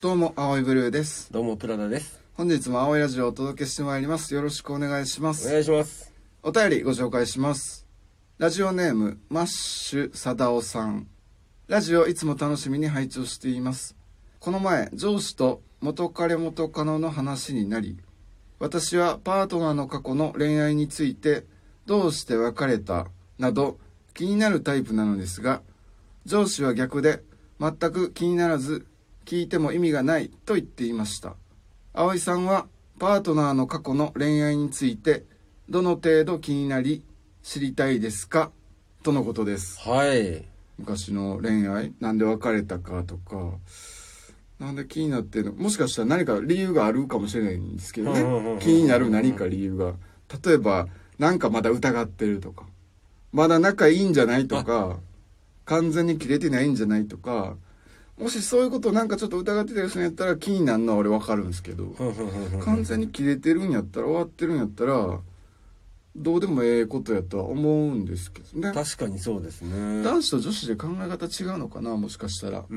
どうも、青いブルーです。 どうも、プラダです。 本日も青いラジオをお届けしてまいります。よろしくお願いします。 お願いします。 お便りご紹介します。ラジオネーム、マッシュサダオさん。ラジオいつも楽しみに拝聴しています。この前、上司と元彼元カノの話になり、私はパートナーの過去の恋愛について、どうして別れたなど気になるタイプなのですが、上司は逆で全く気にならず、聞いても意味がないと言っていました。葵さんはパートナーの過去の恋愛についてどの程度気になり知りたいですかとのことです。 はい。 昔の恋愛なんで別れたかとか、なんで気になってるの、もしかしたら何か理由があるかもしれないんですけどね。気になる何か理由が、例えばなんかまだ疑ってるとか、まだ仲いいんじゃないとか、完全に切れてないんじゃないとか、もしそういうことをなんかちょっと疑ってたりするんやったら気になるのは俺分かるんですけど、完全に切れてるんやったら終わってるんやったらどうでもええことやとは思うんですけどね。 確かにそうですね。 男子と女子で考え方違うのかな、もしかしたら。こ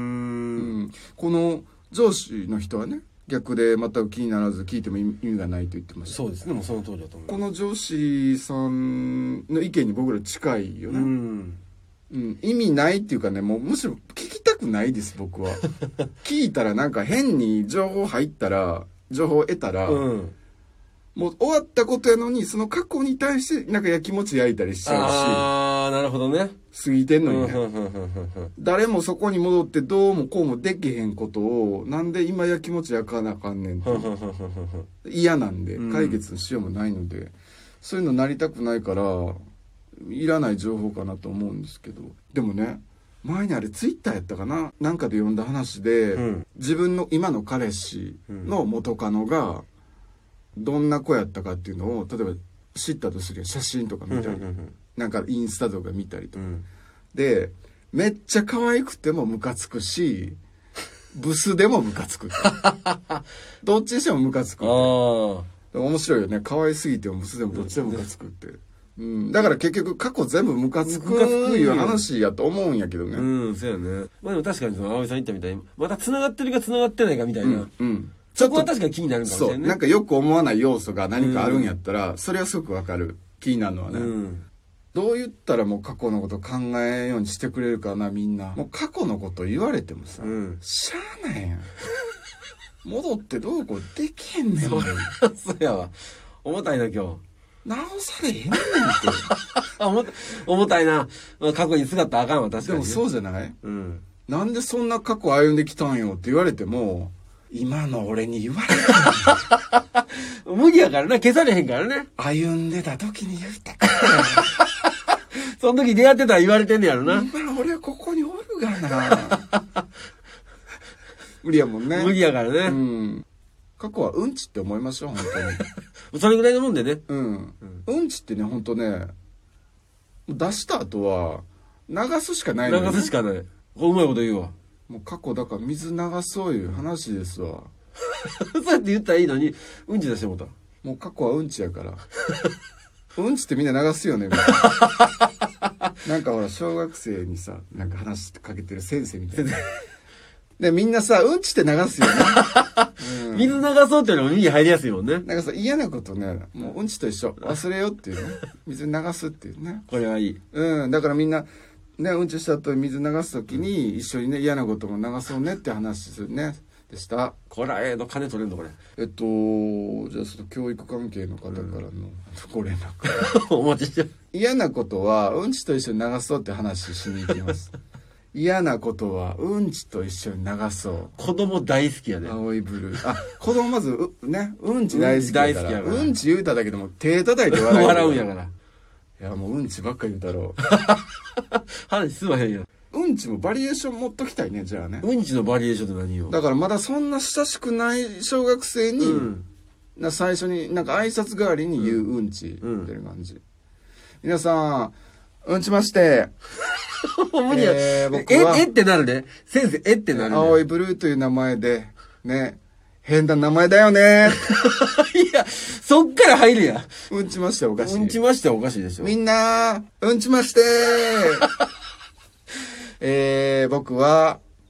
の上司の人はね、逆で全く気にならず聞いても意味がないと言ってました。 そうですね、もうその通りだと思う。 この上司さんの意見に僕ら近いよね。意味ないっていうかね、もうむしろ聞きたくないです、僕は。聞いたらなんか変に情報入ったら、情報を得たら、もう終わったことやのに、その過去に対してなんかやきもち焼いたりしちゃうし。 ああ、なるほどね。 過ぎてんのにね。誰もそこに戻ってどうもこうもできへんことを、なんで今やきもち焼かなあかんねんって。嫌なんで、解決のしようもないので、そういうのなりたくないから、いらない情報かなと思うんですけど、でもね、前にあれツイッターやったかな、なんかで読んだ話で、自分の今の彼氏の元カノがどんな子やったかっていうのを例えば知ったとするやん、写真とか見たり、なんかインスタとか見たりとか、でめっちゃ可愛くてもムカつくし、ブスでもムカつくどっちにしてもムカつく。面白いよね、可愛すぎてもブスでもどっちでもムカつくって。だから結局過去全部ムカつくいう話やと思うんやけどね。 そうやね。まあでも確かにその葵さん言ったみたいに、また繋がってるか繋がってないかみたいな。そこは確かに気になるかもしれないね。 そう、なんかよく思わない要素が何かあるんやったら、それはすごくわかる。気になるのはね。どう言ったらもう過去のこと考えようにしてくれるかな、みんな。もう過去のこと言われてもさ、しゃあないやん。戻ってどうこうできへんねん。 そうやわ。重たいな今日。 直されへんねんって。 重たいな。過去に姿あかんわ、確かに。 でもそうじゃない？なんでそんな過去歩んできたんよって言われても、今の俺に言われたの無理やからな、消されへんからね。 歩んでた時に言ったから。 その時出会ってたら言われてんねやろな。 今俺はここにおるがな。無理やもんね。 無理やからね。 過去はうんちって思いましょう、本当に。それぐらいのもんでね。 うんちってね、本当ね、出した後は流すしかないのよ、ね。流すしかない。うまいこと言うわ。 もう過去だから水流そういう話ですわ。 そうやって言ったらいいのに、うんち出してもうた。 もう過去はうんちやから。うんちってみんな流すよね。なんかほら、小学生にさ、なんか話しかけてる先生みたいな。で、みんなさ、うんちって流すよね。 水流そうっていうのも耳入りやすいもんね。 なんかさ、嫌なことね、もううんちと一緒。忘れよっていうね。水流すっていうね。 これはいい。 だからみんな、ね、うんちした後に水流すときに一緒にね、嫌なことも流そうねって話するね。でした。 これ、金取れんのこれ。 じゃあその教育関係の方からのご連絡。 お待ちして。 嫌なことは、うんちと一緒に流そうって話しに行きます。嫌なことはうんちと一緒に流そう。 子供大好きやね。 青いブルー。子供まずね、うんち大好きやから。うんち言うただけでも手叩いて笑うんやから。いやもううんちばっか言うたろう。 話すまへんやん。 うんちもバリエーション持っときたいね、じゃあね。 うんちのバリエーションって何よ。 だからまだそんな親しくない小学生に、最初になんか挨拶代わりに言ううんちっていう感じ。皆さん、うんちまして。 僕はってなるね。先生、ってなるね。 青いブルーという名前で、ね、変な名前だよね。 いや、そっから入るや。 うんちましておかしい。 うんちましておかしいでしょ。 みんな、うんちまして僕は、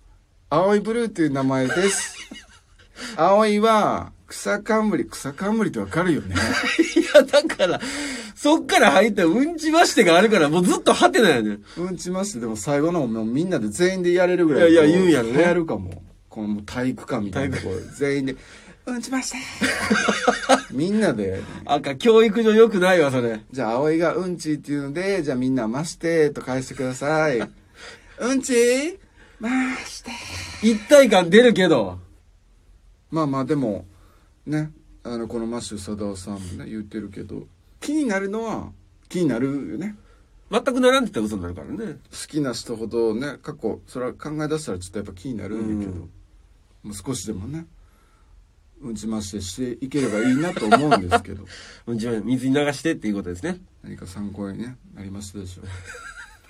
葵ブルーっていう名前です。葵は、草冠ってわかるよね。 いや、だから、そっから入ったうんちましてがあるから、もうずっとハテナやね。 うんちまして、でも最後のもうみんなで全員でやれるぐらい。 いや言うんやろね。 やるかも。この体育館みたいなところ全員で、うんちましてみんなで。 教育上良くないわ、それ。 じゃあ、葵がうんちっていうので、じゃあみんなましてと返してください。うんちまして。 一体感出るけど。 まあまあでも、ね、このマッシュ貞夫さんもね、言ってるけど、気になるのは気になるよね。 全くならんって言ったら嘘になるからね。 好きな人ほどね、過去、それは考え出したらちょっとやっぱ気になるんだけど、もう少しでもね、うんちましていければいいなと思うんですけど。 うんちまして水に流してっていうことですね。 何か参考に、ね、なりましたでしょ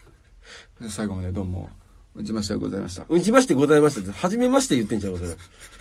う。最後までどうも、うんちましてございました。 うんちましてございましたって、初めまして言ってんちゃうか、それ。